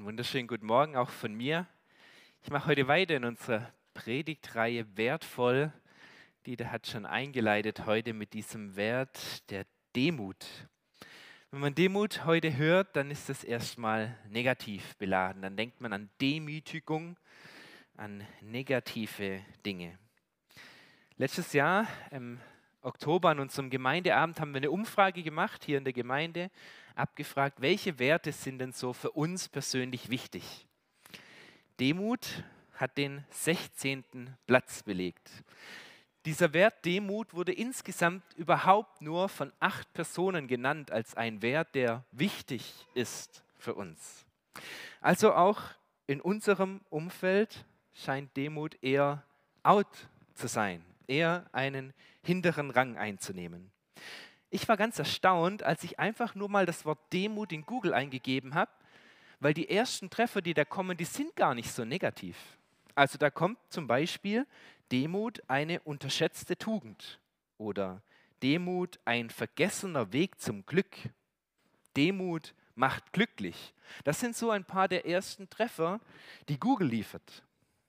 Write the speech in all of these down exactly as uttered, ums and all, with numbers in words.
Einen wunderschönen guten Morgen auch von mir. Ich mache heute weiter in unserer Predigtreihe Wertvoll. Dieter hat schon eingeleitet heute mit diesem Wert der Demut. Wenn man Demut heute hört, dann ist das erstmal negativ beladen. Dann denkt man an Demütigung, an negative Dinge. Letztes Jahr im Oktober an unserem Gemeindeabend haben wir eine Umfrage gemacht hier in der Gemeinde, abgefragt, welche Werte sind denn so für uns persönlich wichtig? Demut hat den sechzehnten Platz belegt. Dieser Wert Demut wurde insgesamt überhaupt nur von acht Personen genannt als ein Wert, der wichtig ist für uns. Also auch in unserem Umfeld scheint Demut eher out zu sein, eher einen hinteren Rang einzunehmen. Ich war ganz erstaunt, als ich einfach nur mal das Wort Demut in Google eingegeben habe, weil die ersten Treffer, die da kommen, die sind gar nicht so negativ. Also da kommt zum Beispiel Demut eine unterschätzte Tugend oder Demut ein vergessener Weg zum Glück. Demut macht glücklich. Das sind so ein paar der ersten Treffer, die Google liefert.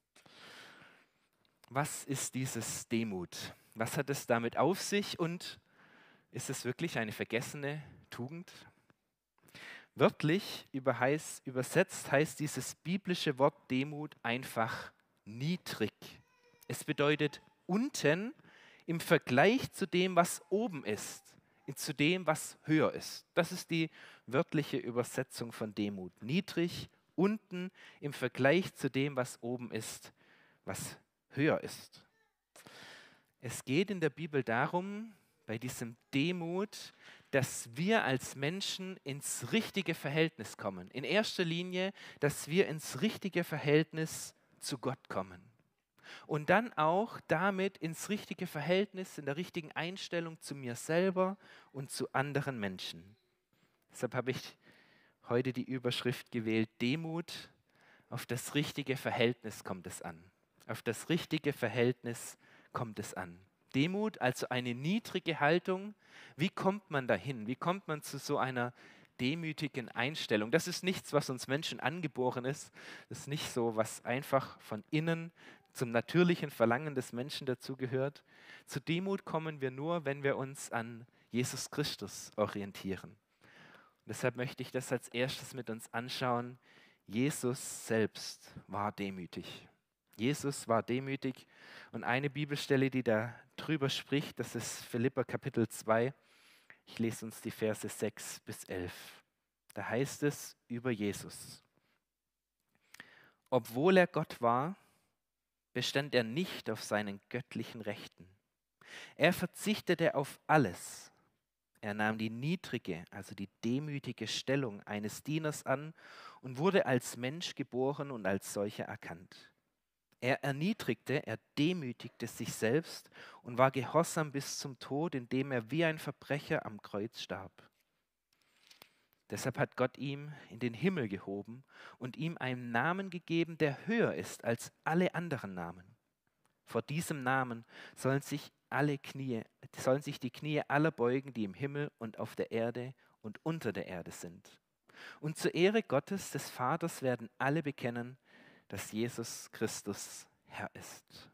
Was ist dieses Demut? Was hat es damit auf sich und ist es wirklich eine vergessene Tugend? Wörtlich übersetzt heißt dieses biblische Wort Demut einfach niedrig. Es bedeutet unten im Vergleich zu dem, was oben ist, zu dem, was höher ist. Das ist die wörtliche Übersetzung von Demut. Niedrig, unten im Vergleich zu dem, was oben ist, was höher ist. Es geht in der Bibel darum, bei diesem Demut, dass wir als Menschen ins richtige Verhältnis kommen. In erster Linie, dass wir ins richtige Verhältnis zu Gott kommen. Und dann auch damit ins richtige Verhältnis, in der richtigen Einstellung zu mir selber und zu anderen Menschen. Deshalb habe ich heute die Überschrift gewählt, Demut, auf das richtige Verhältnis kommt es an. Auf das richtige Verhältnis kommt es an. Demut, also eine niedrige Haltung. Wie kommt man dahin? Wie kommt man zu so einer demütigen Einstellung? Das ist nichts, was uns Menschen angeboren ist. Das ist nicht so, was einfach von innen zum natürlichen Verlangen des Menschen dazugehört. Zu Demut kommen wir nur, wenn wir uns an Jesus Christus orientieren. Und deshalb möchte ich das als erstes mit uns anschauen. Jesus selbst war demütig. Jesus war demütig und eine Bibelstelle, die da drüber spricht, das ist Philipper Kapitel zwei. Ich lese uns die Verse sechs bis elf. Da heißt es über Jesus: Obwohl er Gott war, bestand er nicht auf seinen göttlichen Rechten. Er verzichtete auf alles. Er nahm die niedrige, also die demütige Stellung eines Dieners an und wurde als Mensch geboren und als solcher erkannt. Er erniedrigte, er demütigte sich selbst und war gehorsam bis zum Tod, indem er wie ein Verbrecher am Kreuz starb. Deshalb hat Gott ihn in den Himmel gehoben und ihm einen Namen gegeben, der höher ist als alle anderen Namen. Vor diesem Namen sollen sich alle Knie, sollen sich die Knie aller beugen, die im Himmel und auf der Erde und unter der Erde sind. Und zur Ehre Gottes, des Vaters, werden alle bekennen, dass Jesus Christus Herr ist.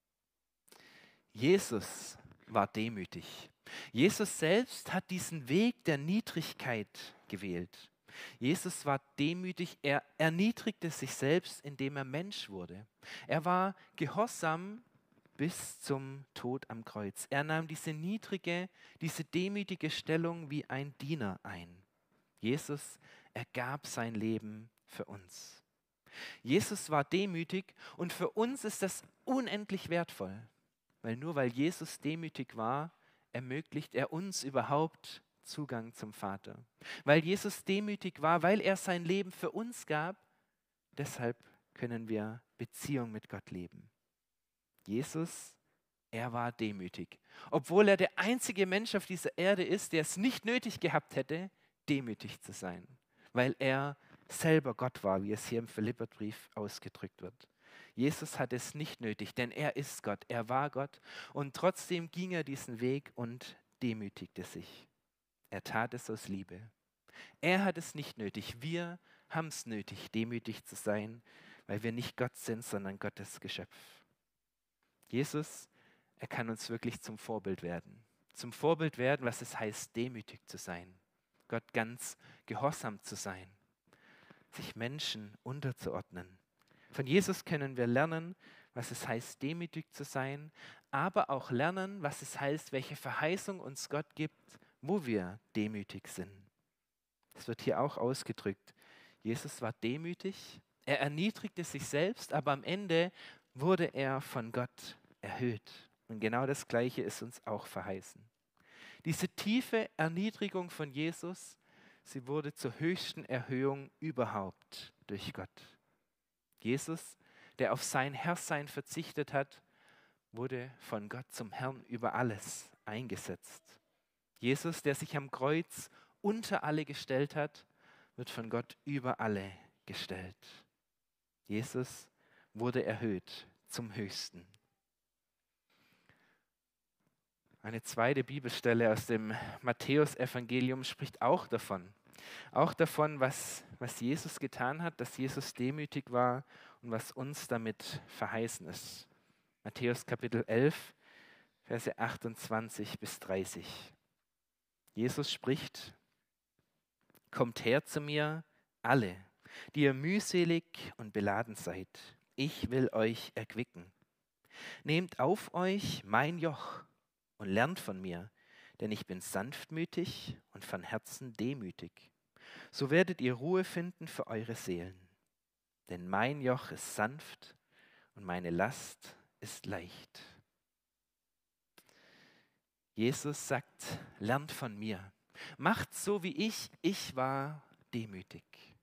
Jesus war demütig. Jesus selbst hat diesen Weg der Niedrigkeit gewählt. Jesus war demütig, er erniedrigte sich selbst, indem er Mensch wurde. Er war gehorsam bis zum Tod am Kreuz. Er nahm diese niedrige, diese demütige Stellung wie ein Diener ein. Jesus ergab sein Leben für uns. Jesus war demütig und für uns ist das unendlich wertvoll, weil nur weil Jesus demütig war, ermöglicht er uns überhaupt Zugang zum Vater. Weil Jesus demütig war, weil er sein Leben für uns gab, deshalb können wir Beziehung mit Gott leben. Jesus, er war demütig, obwohl er der einzige Mensch auf dieser Erde ist, der es nicht nötig gehabt hätte, demütig zu sein, weil er selber Gott war, wie es hier im Philipperbrief ausgedrückt wird. Jesus hat es nicht nötig, denn er ist Gott, er war Gott und trotzdem ging er diesen Weg und demütigte sich. Er tat es aus Liebe. Er hat es nicht nötig, wir haben es nötig, demütig zu sein, weil wir nicht Gott sind, sondern Gottes Geschöpf. Jesus, er kann uns wirklich zum Vorbild werden. Zum Vorbild werden, was es heißt, demütig zu sein. Gott ganz gehorsam zu sein. Sich Menschen unterzuordnen. Von Jesus können wir lernen, was es heißt, demütig zu sein, aber auch lernen, was es heißt, welche Verheißung uns Gott gibt, wo wir demütig sind. Das wird hier auch ausgedrückt. Jesus war demütig, er erniedrigte sich selbst, aber am Ende wurde er von Gott erhöht. Und genau das Gleiche ist uns auch verheißen. Diese tiefe Erniedrigung von Jesus, sie wurde zur höchsten Erhöhung überhaupt durch Gott. Jesus, der auf sein Herrsein verzichtet hat, wurde von Gott zum Herrn über alles eingesetzt. Jesus, der sich am Kreuz unter alle gestellt hat, wird von Gott über alle gestellt. Jesus wurde erhöht zum Höchsten. Eine zweite Bibelstelle aus dem Matthäusevangelium spricht auch davon. Auch davon, was, was Jesus getan hat, dass Jesus demütig war und was uns damit verheißen ist. Matthäus Kapitel elf, Verse achtundzwanzig bis dreißig. Jesus spricht: Kommt her zu mir, alle, die ihr mühselig und beladen seid. Ich will euch erquicken. Nehmt auf euch mein Joch und lernt von mir, denn ich bin sanftmütig und von Herzen demütig. So werdet ihr Ruhe finden für eure Seelen. Denn mein Joch ist sanft und meine Last ist leicht. Jesus sagt, lernt von mir. Macht so wie ich, ich war demütig.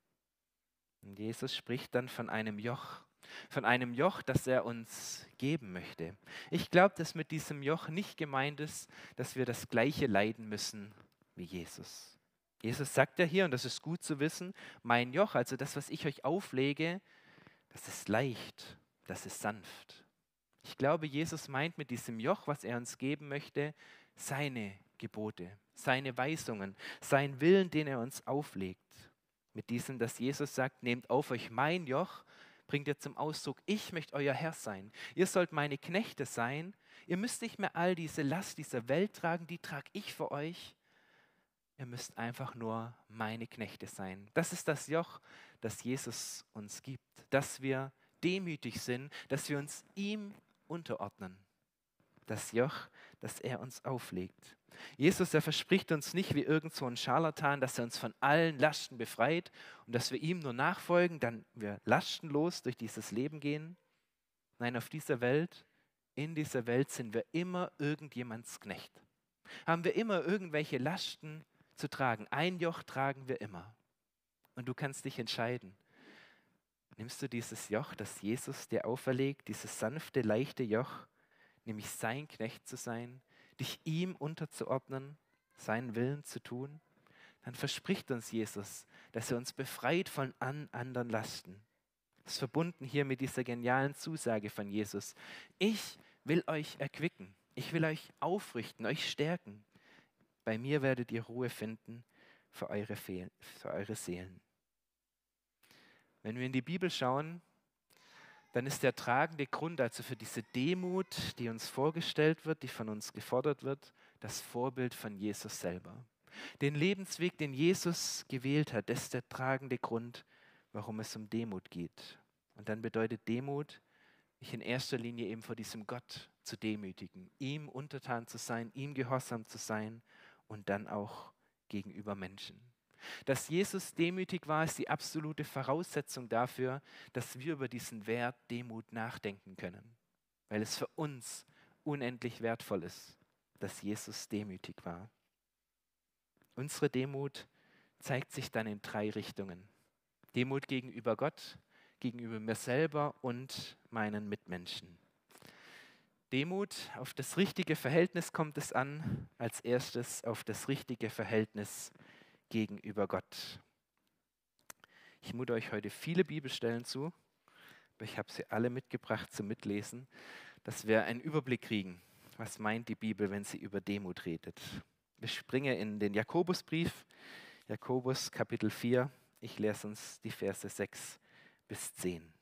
Und Jesus spricht dann von einem Joch, von einem Joch, das er uns geben möchte. Ich glaube, dass mit diesem Joch nicht gemeint ist, dass wir das Gleiche leiden müssen wie Jesus. Jesus sagt ja hier, und das ist gut zu wissen, mein Joch, also das, was ich euch auflege, das ist leicht, das ist sanft. Ich glaube, Jesus meint mit diesem Joch, was er uns geben möchte, seine Gebote, seine Weisungen, seinen Willen, den er uns auflegt. Mit diesem, dass Jesus sagt, nehmt auf euch mein Joch, bringt er zum Ausdruck, ich möchte euer Herr sein. Ihr sollt meine Knechte sein. Ihr müsst nicht mehr all diese Last dieser Welt tragen, die trage ich für euch. Ihr müsst einfach nur meine Knechte sein. Das ist das Joch, das Jesus uns gibt, dass wir demütig sind, dass wir uns ihm unterordnen. Das Joch, das er uns auflegt. Jesus, er verspricht uns nicht wie irgend so ein Scharlatan, dass er uns von allen Lasten befreit und dass wir ihm nur nachfolgen, dann wir lastenlos durch dieses Leben gehen. Nein, auf dieser Welt, in dieser Welt sind wir immer irgendjemands Knecht. Haben wir immer irgendwelche Lasten zu tragen. Ein Joch tragen wir immer. Und du kannst dich entscheiden. Nimmst du dieses Joch, das Jesus dir auferlegt, dieses sanfte, leichte Joch, nämlich sein Knecht zu sein, dich ihm unterzuordnen, seinen Willen zu tun, dann verspricht uns Jesus, dass er uns befreit von an anderen Lasten. Das ist verbunden hier mit dieser genialen Zusage von Jesus. Ich will euch erquicken, ich will euch aufrichten, euch stärken. Bei mir werdet ihr Ruhe finden für eure, Fe- für eure Seelen. Wenn wir in die Bibel schauen, dann ist der tragende Grund also für diese Demut, die uns vorgestellt wird, die von uns gefordert wird, das Vorbild von Jesus selber. Den Lebensweg, den Jesus gewählt hat, das ist der tragende Grund, warum es um Demut geht. Und dann bedeutet Demut, mich in erster Linie eben vor diesem Gott zu demütigen, ihm untertan zu sein, ihm gehorsam zu sein und dann auch gegenüber Menschen. Dass Jesus demütig war, ist die absolute Voraussetzung dafür, dass wir über diesen Wert Demut nachdenken können. Weil es für uns unendlich wertvoll ist, dass Jesus demütig war. Unsere Demut zeigt sich dann in drei Richtungen. Demut gegenüber Gott, gegenüber mir selber und meinen Mitmenschen. Demut, auf das richtige Verhältnis kommt es an, als erstes auf das richtige Verhältnis gegenüber Gott. Ich mute euch heute viele Bibelstellen zu, aber ich habe sie alle mitgebracht zum Mitlesen, dass wir einen Überblick kriegen, was meint die Bibel, wenn sie über Demut redet. Wir springen in den Jakobusbrief, Jakobus Kapitel vier. Ich lese uns die Verse sechs bis zehn.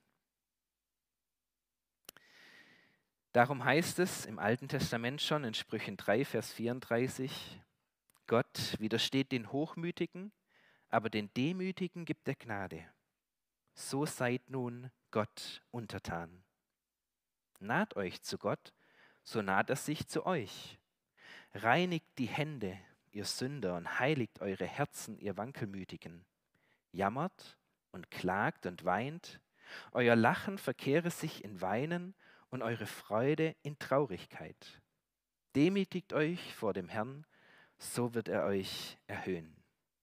Darum heißt es im Alten Testament schon in Sprüchen drei, Vers vierunddreißig, Gott widersteht den Hochmütigen, aber den Demütigen gibt er Gnade. So seid nun Gott untertan. Naht euch zu Gott, so naht er sich zu euch. Reinigt die Hände, ihr Sünder, und heiligt eure Herzen, ihr Wankelmütigen. Jammert und klagt und weint, euer Lachen verkehre sich in Weinen und eure Freude in Traurigkeit. Demütigt euch vor dem Herrn, so wird er euch erhöhen.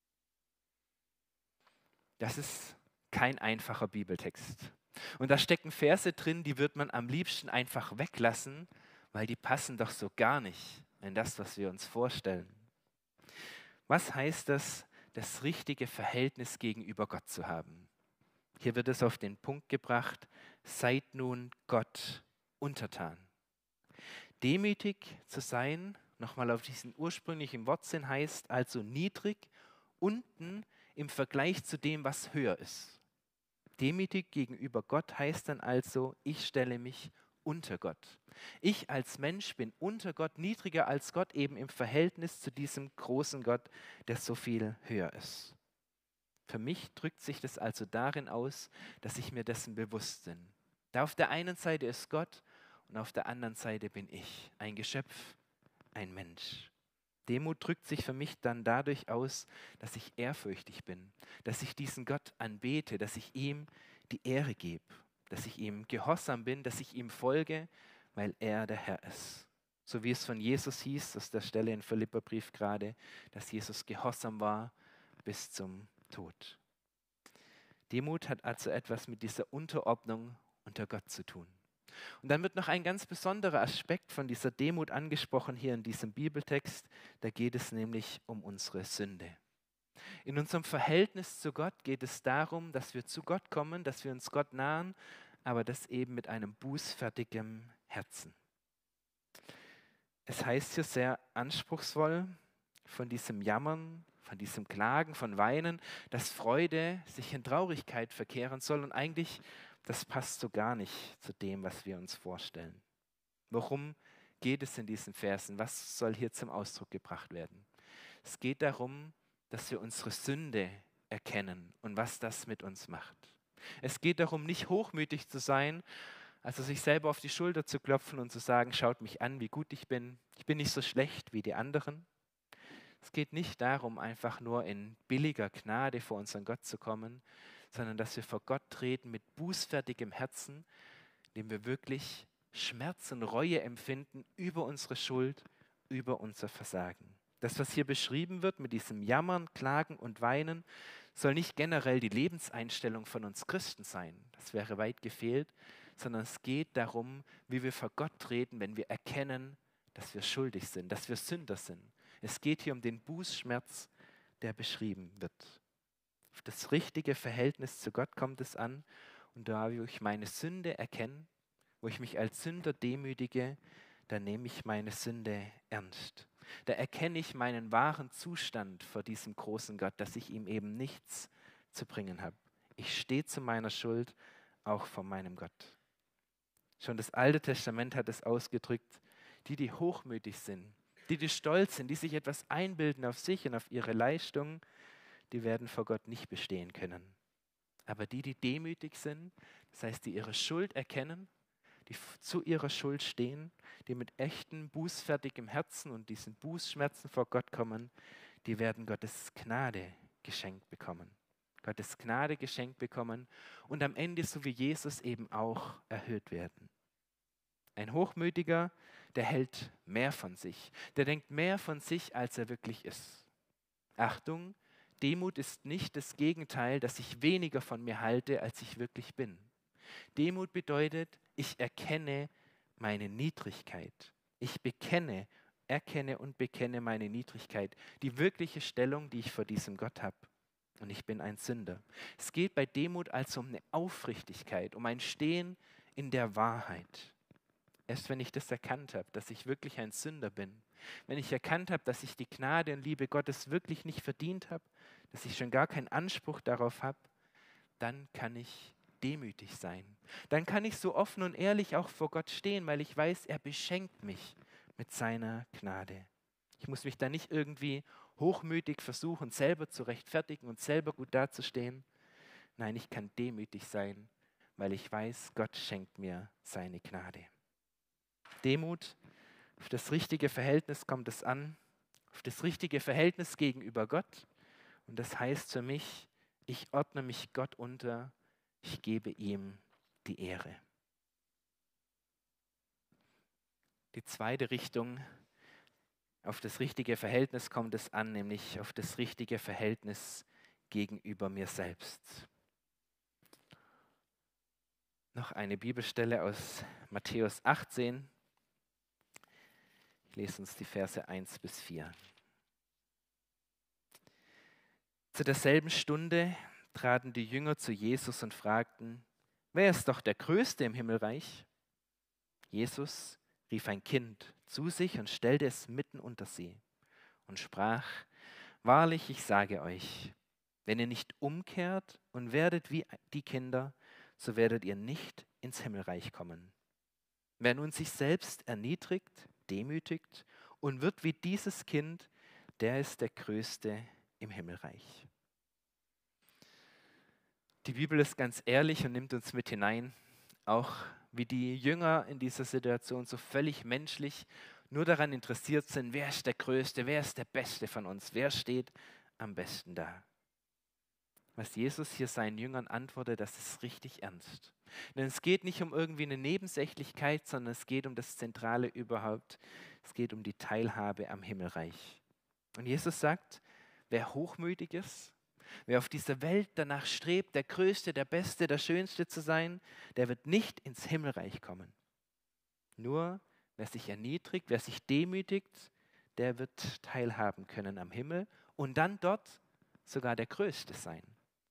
Das ist kein einfacher Bibeltext. Und da stecken Verse drin, die wird man am liebsten einfach weglassen, weil die passen doch so gar nicht in das, was wir uns vorstellen. Was heißt das, das richtige Verhältnis gegenüber Gott zu haben? Hier wird es auf den Punkt gebracht, seid nun Gott untertan. Demütig zu sein, nochmal auf diesen ursprünglichen Wortsinn, heißt also niedrig, unten im Vergleich zu dem, was höher ist. Demütig gegenüber Gott heißt dann also, ich stelle mich unter Gott. Ich als Mensch bin unter Gott, niedriger als Gott, eben im Verhältnis zu diesem großen Gott, der so viel höher ist. Für mich drückt sich das also darin aus, dass ich mir dessen bewusst bin. Da auf der einen Seite ist Gott und auf der anderen Seite bin ich, ein Geschöpf, ein Mensch. Demut drückt sich für mich dann dadurch aus, dass ich ehrfürchtig bin, dass ich diesen Gott anbete, dass ich ihm die Ehre gebe, dass ich ihm gehorsam bin, dass ich ihm folge, weil er der Herr ist. So wie es von Jesus hieß, aus der Stelle in Philipperbrief gerade, dass Jesus gehorsam war bis zum Tod. Demut hat also etwas mit dieser Unterordnung unter Gott zu tun. Und dann wird noch ein ganz besonderer Aspekt von dieser Demut angesprochen hier in diesem Bibeltext. Da geht es nämlich um unsere Sünde. In unserem Verhältnis zu Gott geht es darum, dass wir zu Gott kommen, dass wir uns Gott nahen, aber das eben mit einem bußfertigen Herzen. Es heißt hier sehr anspruchsvoll von diesem Jammern, von diesem Klagen, von Weinen, dass Freude sich in Traurigkeit verkehren soll und eigentlich das passt so gar nicht zu dem, was wir uns vorstellen. Worum geht es in diesen Versen? Was soll hier zum Ausdruck gebracht werden? Es geht darum, dass wir unsere Sünde erkennen und was das mit uns macht. Es geht darum, nicht hochmütig zu sein, also sich selber auf die Schulter zu klopfen und zu sagen, schaut mich an, wie gut ich bin. Ich bin nicht so schlecht wie die anderen. Es geht nicht darum, einfach nur in billiger Gnade vor unseren Gott zu kommen, sondern dass wir vor Gott treten mit bußfertigem Herzen, indem wir wirklich Schmerz und Reue empfinden über unsere Schuld, über unser Versagen. Das, was hier beschrieben wird mit diesem Jammern, Klagen und Weinen, soll nicht generell die Lebenseinstellung von uns Christen sein. Das wäre weit gefehlt, sondern es geht darum, wie wir vor Gott treten, wenn wir erkennen, dass wir schuldig sind, dass wir Sünder sind. Es geht hier um den Bußschmerz, der beschrieben wird. Auf das richtige Verhältnis zu Gott kommt es an und da, wo ich meine Sünde erkenne, wo ich mich als Sünder demütige, da nehme ich meine Sünde ernst. Da erkenne ich meinen wahren Zustand vor diesem großen Gott, dass ich ihm eben nichts zu bringen habe. Ich stehe zu meiner Schuld, auch vor meinem Gott. Schon das Alte Testament hat es ausgedrückt, die, die hochmütig sind, die, die stolz sind, die sich etwas einbilden auf sich und auf ihre Leistung, die werden vor Gott nicht bestehen können. Aber die, die demütig sind, das heißt, die ihre Schuld erkennen, die zu ihrer Schuld stehen, die mit echtem, bußfertigem Herzen und diesen Bußschmerzen vor Gott kommen, die werden Gottes Gnade geschenkt bekommen. Gottes Gnade geschenkt bekommen und am Ende, so wie Jesus, eben auch erhöht werden. Ein Hochmütiger, der hält mehr von sich, der denkt mehr von sich, als er wirklich ist. Achtung, Demut ist nicht das Gegenteil, dass ich weniger von mir halte, als ich wirklich bin. Demut bedeutet, ich erkenne meine Niedrigkeit. Ich bekenne, erkenne und bekenne meine Niedrigkeit, die wirkliche Stellung, die ich vor diesem Gott habe. Und ich bin ein Sünder. Es geht bei Demut also um eine Aufrichtigkeit, um ein Stehen in der Wahrheit. Erst wenn ich das erkannt habe, dass ich wirklich ein Sünder bin, wenn ich erkannt habe, dass ich die Gnade und Liebe Gottes wirklich nicht verdient habe, dass ich schon gar keinen Anspruch darauf habe, dann kann ich demütig sein. Dann kann ich so offen und ehrlich auch vor Gott stehen, weil ich weiß, er beschenkt mich mit seiner Gnade. Ich muss mich da nicht irgendwie hochmütig versuchen, selber zu rechtfertigen und selber gut dazustehen. Nein, ich kann demütig sein, weil ich weiß, Gott schenkt mir seine Gnade. Demut, auf das richtige Verhältnis kommt es an, auf das richtige Verhältnis gegenüber Gott. Und das heißt für mich, ich ordne mich Gott unter, ich gebe ihm die Ehre. Die zweite Richtung, auf das richtige Verhältnis kommt es an, nämlich auf das richtige Verhältnis gegenüber mir selbst. Noch eine Bibelstelle aus Matthäus achtzehn. Ich lese uns die Verse eins bis vier. Zu derselben Stunde traten die Jünger zu Jesus und fragten, wer ist doch der Größte im Himmelreich? Jesus rief ein Kind zu sich und stellte es mitten unter sie und sprach, wahrlich, ich sage euch, wenn ihr nicht umkehrt und werdet wie die Kinder, so werdet ihr nicht ins Himmelreich kommen. Wer nun sich selbst erniedrigt, demütigt und wird wie dieses Kind, der ist der Größte im Himmelreich. Die Bibel ist ganz ehrlich und nimmt uns mit hinein, auch wie die Jünger in dieser Situation so völlig menschlich nur daran interessiert sind, wer ist der Größte, wer ist der Beste von uns, wer steht am besten da. Was Jesus hier seinen Jüngern antwortet, das ist richtig ernst. Denn es geht nicht um irgendwie eine Nebensächlichkeit, sondern es geht um das Zentrale überhaupt. Es geht um die Teilhabe am Himmelreich. Und Jesus sagt, wer hochmütig ist, wer auf dieser Welt danach strebt, der Größte, der Beste, der Schönste zu sein, der wird nicht ins Himmelreich kommen. Nur wer sich erniedrigt, wer sich demütigt, der wird teilhaben können am Himmel und dann dort sogar der Größte sein.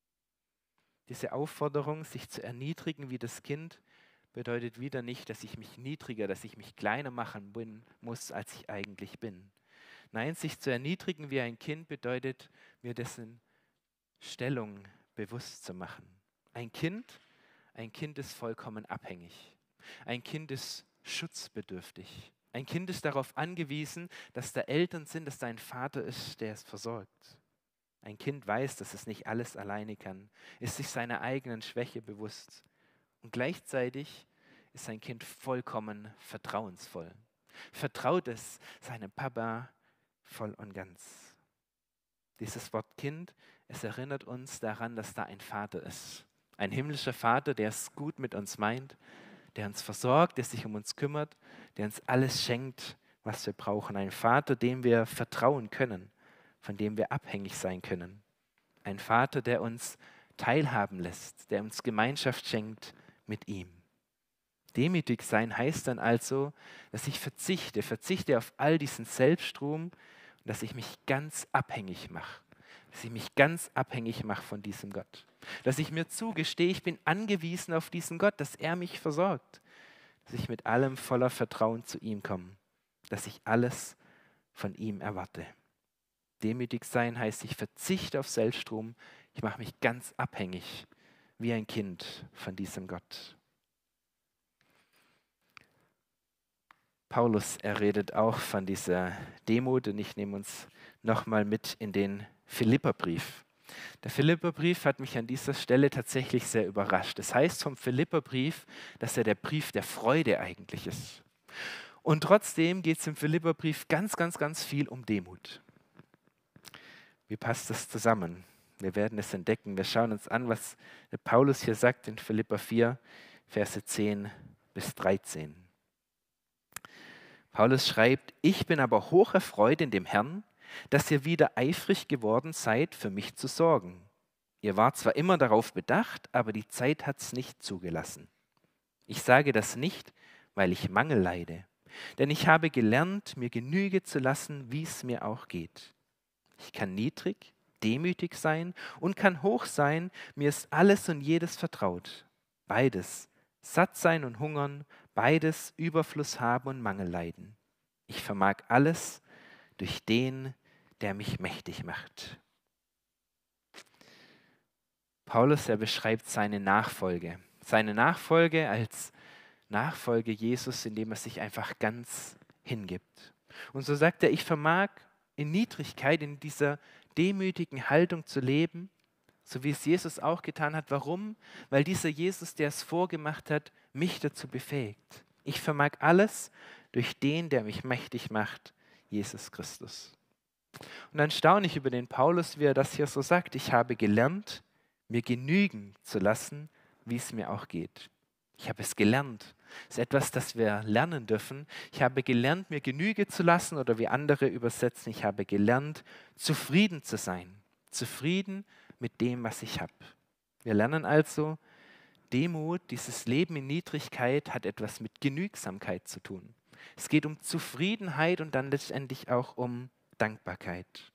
Diese Aufforderung, sich zu erniedrigen wie das Kind, bedeutet wieder nicht, dass ich mich niedriger, dass ich mich kleiner machen bin, muss, als ich eigentlich bin. Nein, sich zu erniedrigen wie ein Kind bedeutet, mir dessen Stellung bewusst zu machen. Ein Kind, ein Kind ist vollkommen abhängig. Ein Kind ist schutzbedürftig. Ein Kind ist darauf angewiesen, dass da Eltern sind, dass da ein Vater ist, der es versorgt. Ein Kind weiß, dass es nicht alles alleine kann, ist sich seiner eigenen Schwäche bewusst. Und gleichzeitig ist ein Kind vollkommen vertrauensvoll. Vertraut es seinem Papa voll und ganz. Dieses Wort Kind, es erinnert uns daran, dass da ein Vater ist. Ein himmlischer Vater, der es gut mit uns meint, der uns versorgt, der sich um uns kümmert, der uns alles schenkt, was wir brauchen. Ein Vater, dem wir vertrauen können, von dem wir abhängig sein können. Ein Vater, der uns teilhaben lässt, der uns Gemeinschaft schenkt mit ihm. Demütig sein heißt dann also, dass ich verzichte, verzichte auf all diesen Selbstruhm und dass ich mich ganz abhängig mache. Dass ich mich ganz abhängig mache von diesem Gott. Dass ich mir zugestehe, ich bin angewiesen auf diesen Gott, dass er mich versorgt. Dass ich mit allem voller Vertrauen zu ihm komme. Dass ich alles von ihm erwarte. Demütig sein heißt, ich verzichte auf Selbstruhm, ich mache mich ganz abhängig, wie ein Kind von diesem Gott. Paulus, er redet auch von dieser Demut und ich nehme uns nochmal mit in den Philipperbrief. Der Philipperbrief hat mich an dieser Stelle tatsächlich sehr überrascht. Es heißt vom Philipperbrief, dass er der Brief der Freude eigentlich ist. Und trotzdem geht es im Philipperbrief ganz, ganz, ganz viel um Demut. Wie passt das zusammen? Wir werden es entdecken. Wir schauen uns an, was der Paulus hier sagt in Philipper vier, Verse zehn bis dreizehn. Paulus schreibt, ich bin aber hoch erfreut in dem Herrn, dass ihr wieder eifrig geworden seid, für mich zu sorgen. Ihr wart zwar immer darauf bedacht, aber die Zeit hat es nicht zugelassen. Ich sage das nicht, weil ich Mangel leide, denn ich habe gelernt, mir Genüge zu lassen, wie es mir auch geht. Ich kann niedrig, demütig sein und kann hoch sein, mir ist alles und jedes vertraut. Beides, satt sein und hungern, beides Überfluss haben und Mangel leiden. Ich vermag alles durch den, der mich mächtig macht. Paulus, er beschreibt seine Nachfolge. Seine Nachfolge als Nachfolge Jesus, indem er sich einfach ganz hingibt. Und so sagt er, ich vermag in Niedrigkeit, in dieser demütigen Haltung zu leben, so wie es Jesus auch getan hat. Warum? Weil dieser Jesus, der es vorgemacht hat, mich dazu befähigt. Ich vermag alles durch den, der mich mächtig macht, Jesus Christus. Und dann staune ich über den Paulus, wie er das hier so sagt. Ich habe gelernt, mir genügen zu lassen, wie es mir auch geht. Ich habe es gelernt. Das ist etwas, das wir lernen dürfen. Ich habe gelernt, mir Genüge zu lassen, oder wie andere übersetzen, ich habe gelernt, zufrieden zu sein. Zufrieden mit dem, was ich habe. Wir lernen also, Demut, dieses Leben in Niedrigkeit hat etwas mit Genügsamkeit zu tun. Es geht um Zufriedenheit und dann letztendlich auch um Dankbarkeit.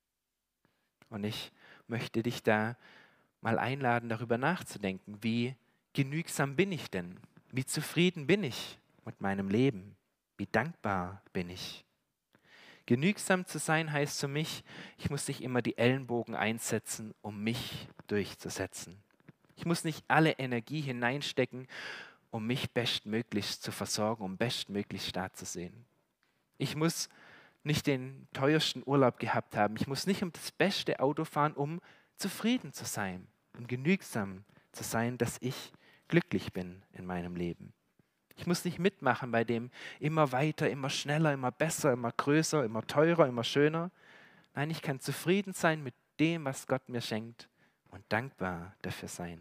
Und ich möchte dich da mal einladen, darüber nachzudenken, wie genügsam bin ich denn? Wie zufrieden bin ich mit meinem Leben? Wie dankbar bin ich? Genügsam zu sein heißt für mich, ich muss nicht immer die Ellenbogen einsetzen, um mich durchzusetzen. Ich muss nicht alle Energie hineinstecken, um mich bestmöglichst zu versorgen, um bestmöglichst dazusehen. Ich muss nicht den teuersten Urlaub gehabt haben. Ich muss nicht um das beste Auto fahren, um zufrieden zu sein, um genügsam zu sein, dass ich glücklich bin in meinem Leben. Ich muss nicht mitmachen bei dem immer weiter, immer schneller, immer besser, immer größer, immer teurer, immer schöner. Nein, ich kann zufrieden sein mit dem, was Gott mir schenkt und dankbar dafür sein.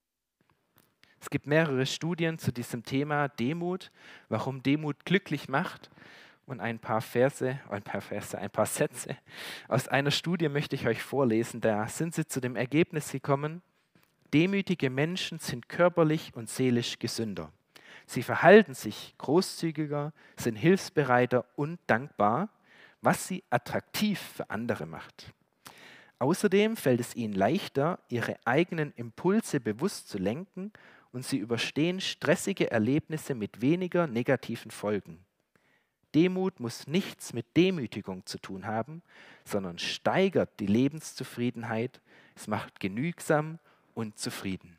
Es gibt mehrere Studien zu diesem Thema Demut, warum Demut glücklich macht. Und ein paar Verse, ein paar Verse, ein paar Sätze aus einer Studie möchte ich euch vorlesen. Da sind sie zu dem Ergebnis gekommen: Demütige Menschen sind körperlich und seelisch gesünder. Sie verhalten sich großzügiger, sind hilfsbereiter und dankbar, was sie attraktiv für andere macht. Außerdem fällt es ihnen leichter, ihre eigenen Impulse bewusst zu lenken, und sie überstehen stressige Erlebnisse mit weniger negativen Folgen. Demut muss nichts mit Demütigung zu tun haben, sondern steigert die Lebenszufriedenheit. Es macht genügsam und zufrieden.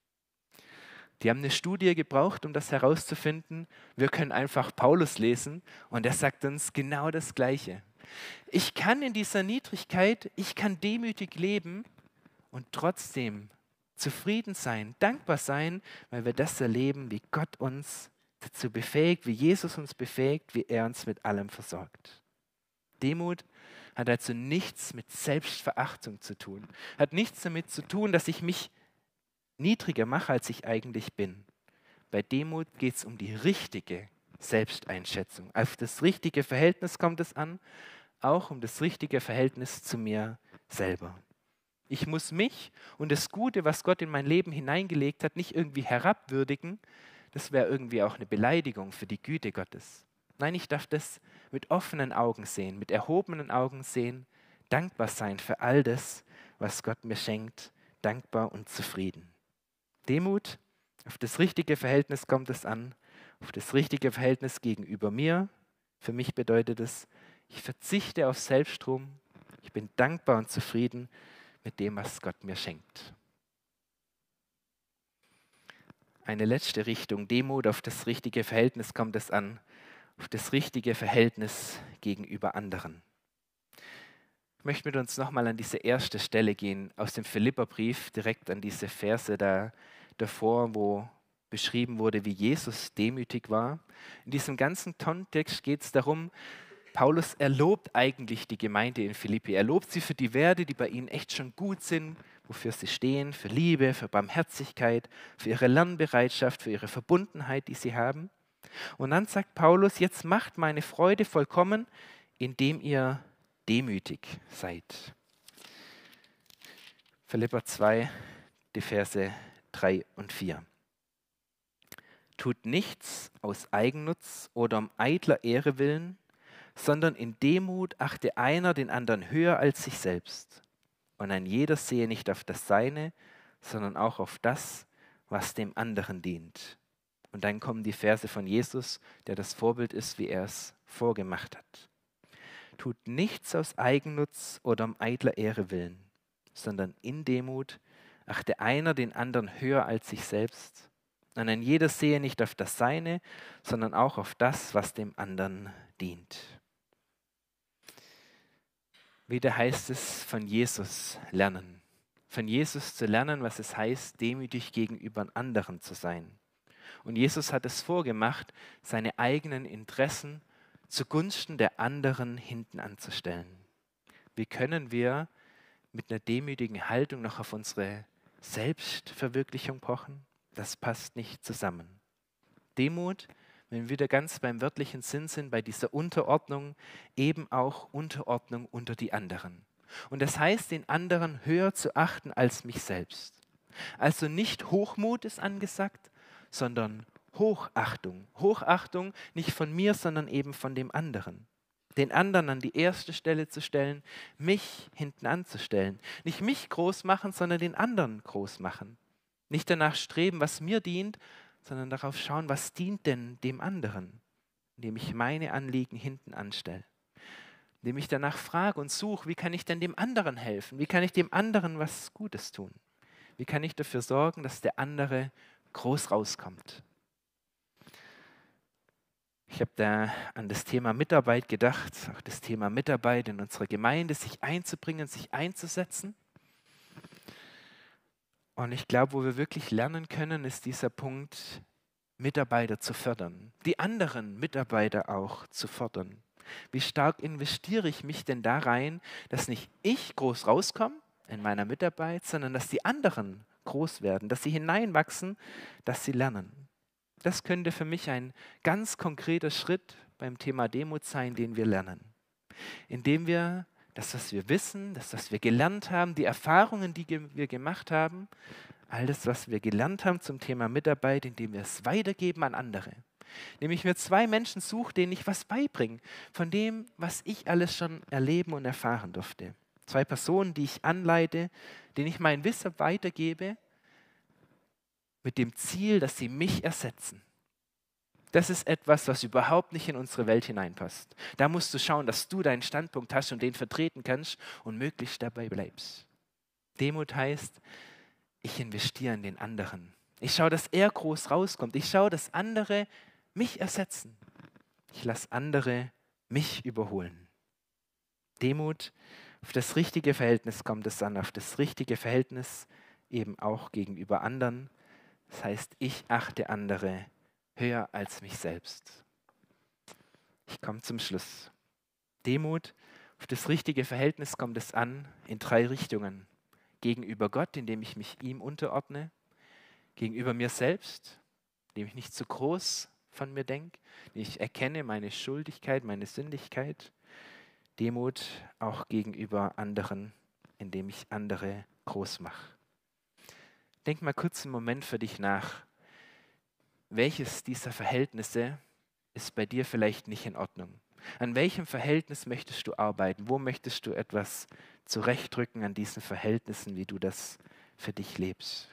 Die haben eine Studie gebraucht, um das herauszufinden. Wir können einfach Paulus lesen und er sagt uns genau das Gleiche. Ich kann in dieser Niedrigkeit, ich kann demütig leben und trotzdem zufrieden sein, dankbar sein, weil wir das erleben, wie Gott uns dazu befähigt, wie Jesus uns befähigt, wie er uns mit allem versorgt. Demut hat also nichts mit Selbstverachtung zu tun, hat nichts damit zu tun, dass ich mich niedriger mache, als ich eigentlich bin. Bei Demut geht es um die richtige Selbsteinschätzung. Auf das richtige Verhältnis kommt es an, auch um das richtige Verhältnis zu mir selber. Ich muss mich und das Gute, was Gott in mein Leben hineingelegt hat, nicht irgendwie herabwürdigen. Das wäre irgendwie auch eine Beleidigung für die Güte Gottes. Nein, ich darf das mit offenen Augen sehen, mit erhobenen Augen sehen, dankbar sein für all das, was Gott mir schenkt, dankbar und zufrieden. Demut, auf das richtige Verhältnis kommt es an, auf das richtige Verhältnis gegenüber mir. Für mich bedeutet es, ich verzichte auf Selbstruhm, ich bin dankbar und zufrieden mit dem, was Gott mir schenkt. Eine letzte Richtung, Demut, auf das richtige Verhältnis kommt es an, auf das richtige Verhältnis gegenüber anderen. Ich möchte mit uns nochmal an diese erste Stelle gehen, aus dem Philipperbrief, direkt an diese Verse da, davor, wo beschrieben wurde, wie Jesus demütig war. In diesem ganzen Kontext geht es darum, Paulus, er lobt eigentlich die Gemeinde in Philippi. Er lobt sie für die Werte, die bei ihnen echt schon gut sind, wofür sie stehen, für Liebe, für Barmherzigkeit, für ihre Lernbereitschaft, für ihre Verbundenheit, die sie haben. Und dann sagt Paulus, jetzt macht meine Freude vollkommen, indem ihr demütig seid. Philipper zwei, die Verse drei und vier. Tut nichts aus Eigennutz oder um eitler Ehre willen, sondern in Demut achte einer den anderen höher als sich selbst. Und ein jeder sehe nicht auf das Seine, sondern auch auf das, was dem anderen dient. Und dann kommen die Verse von Jesus, der das Vorbild ist, wie er es vorgemacht hat. Tut nichts aus Eigennutz oder um eitler Ehre willen, sondern in Demut Achte einer den anderen höher als sich selbst. Und ein jeder sehe nicht auf das Seine, sondern auch auf das, was dem anderen dient. Wieder heißt es, von Jesus lernen. Von Jesus zu lernen, was es heißt, demütig gegenüber anderen zu sein. Und Jesus hat es vorgemacht, seine eigenen Interessen zugunsten der anderen hinten anzustellen. Wie können wir mit einer demütigen Haltung noch auf unsere Selbstverwirklichung pochen? Das passt nicht zusammen. Demut, wenn wir wieder ganz beim wörtlichen Sinn sind, bei dieser Unterordnung, eben auch Unterordnung unter die anderen. Und das heißt, den anderen höher zu achten als mich selbst. Also nicht Hochmut ist angesagt, sondern Hochachtung. Hochachtung nicht von mir, sondern eben von dem anderen. Den anderen an die erste Stelle zu stellen, mich hinten anzustellen. Nicht mich groß machen, sondern den anderen groß machen. Nicht danach streben, was mir dient, sondern darauf schauen, was dient denn dem anderen, indem ich meine Anliegen hinten anstelle. Indem ich danach frage und suche, wie kann ich denn dem anderen helfen? Wie kann ich dem anderen was Gutes tun? Wie kann ich dafür sorgen, dass der andere groß rauskommt? Ich habe da an das Thema Mitarbeit gedacht, auch das Thema Mitarbeit in unserer Gemeinde, sich einzubringen, sich einzusetzen. Und ich glaube, wo wir wirklich lernen können, ist dieser Punkt, Mitarbeiter zu fördern, die anderen Mitarbeiter auch zu fördern. Wie stark investiere ich mich denn da rein, dass nicht ich groß rauskomme in meiner Mitarbeit, sondern dass die anderen groß werden, dass sie hineinwachsen, dass sie lernen. Das könnte für mich ein ganz konkreter Schritt beim Thema Demut sein, den wir lernen. Indem wir das, was wir wissen, das, was wir gelernt haben, die Erfahrungen, die wir gemacht haben, all das, was wir gelernt haben zum Thema Mitarbeit, indem wir es weitergeben an andere. Indem ich mir zwei Menschen suche, denen ich was beibringe, von dem, was ich alles schon erleben und erfahren durfte. Zwei Personen, die ich anleite, denen ich mein Wissen weitergebe, mit dem Ziel, dass sie mich ersetzen. Das ist etwas, was überhaupt nicht in unsere Welt hineinpasst. Da musst du schauen, dass du deinen Standpunkt hast und den vertreten kannst und möglichst dabei bleibst. Demut heißt, ich investiere in den anderen. Ich schaue, dass er groß rauskommt. Ich schaue, dass andere mich ersetzen. Ich lasse andere mich überholen. Demut, auf das richtige Verhältnis kommt es an, auf das richtige Verhältnis eben auch gegenüber anderen. Das heißt, ich achte andere höher als mich selbst. Ich komme zum Schluss. Demut, auf das richtige Verhältnis kommt es an in drei Richtungen. Gegenüber Gott, indem ich mich ihm unterordne. Gegenüber mir selbst, indem ich nicht zu groß von mir denke. Indem ich erkenne meine Schuldigkeit, meine Sündigkeit. Demut auch gegenüber anderen, indem ich andere groß mache. Denk mal kurz einen Moment für dich nach. Welches dieser Verhältnisse ist bei dir vielleicht nicht in Ordnung? An welchem Verhältnis möchtest du arbeiten? Wo möchtest du etwas zurechtrücken an diesen Verhältnissen, wie du das für dich lebst?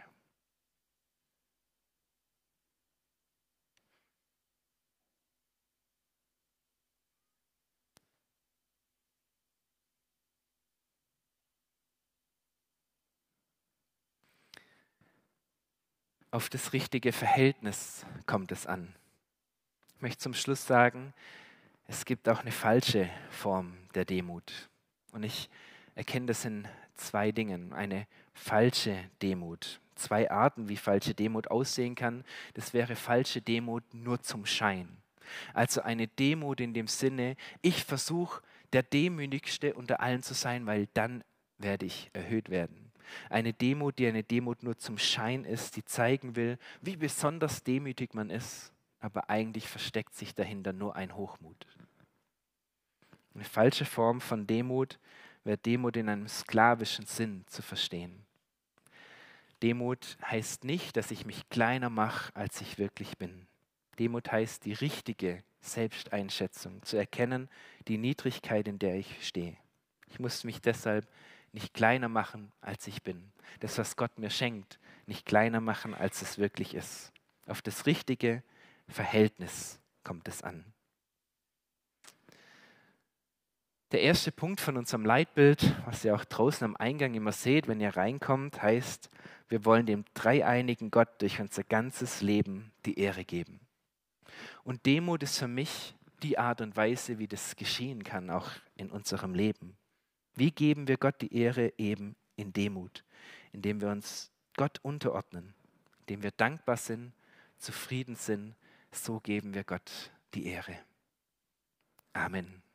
Auf das richtige Verhältnis kommt es an. Ich möchte zum Schluss sagen, es gibt auch eine falsche Form der Demut. Und ich erkenne das in zwei Dingen. Eine falsche Demut. Zwei Arten, wie falsche Demut aussehen kann. Das wäre falsche Demut nur zum Schein. Also eine Demut in dem Sinne, ich versuche der Demütigste unter allen zu sein, weil dann werde ich erhöht werden. Eine Demut, die eine Demut nur zum Schein ist, die zeigen will, wie besonders demütig man ist, aber eigentlich versteckt sich dahinter nur ein Hochmut. Eine falsche Form von Demut wäre Demut in einem sklavischen Sinn zu verstehen. Demut heißt nicht, dass ich mich kleiner mache, als ich wirklich bin. Demut heißt die richtige Selbsteinschätzung, zu erkennen, die Niedrigkeit, in der ich stehe. Ich muss mich deshalb nicht kleiner machen, als ich bin. Das, was Gott mir schenkt, nicht kleiner machen, als es wirklich ist. Auf das richtige Verhältnis kommt es an. Der erste Punkt von unserem Leitbild, was ihr auch draußen am Eingang immer seht, wenn ihr reinkommt, heißt, wir wollen dem dreieinigen Gott durch unser ganzes Leben die Ehre geben. Und Demut ist für mich die Art und Weise, wie das geschehen kann, auch in unserem Leben. Wie geben wir Gott die Ehre? Eben in Demut, indem wir uns Gott unterordnen, indem wir dankbar sind, zufrieden sind. So geben wir Gott die Ehre. Amen.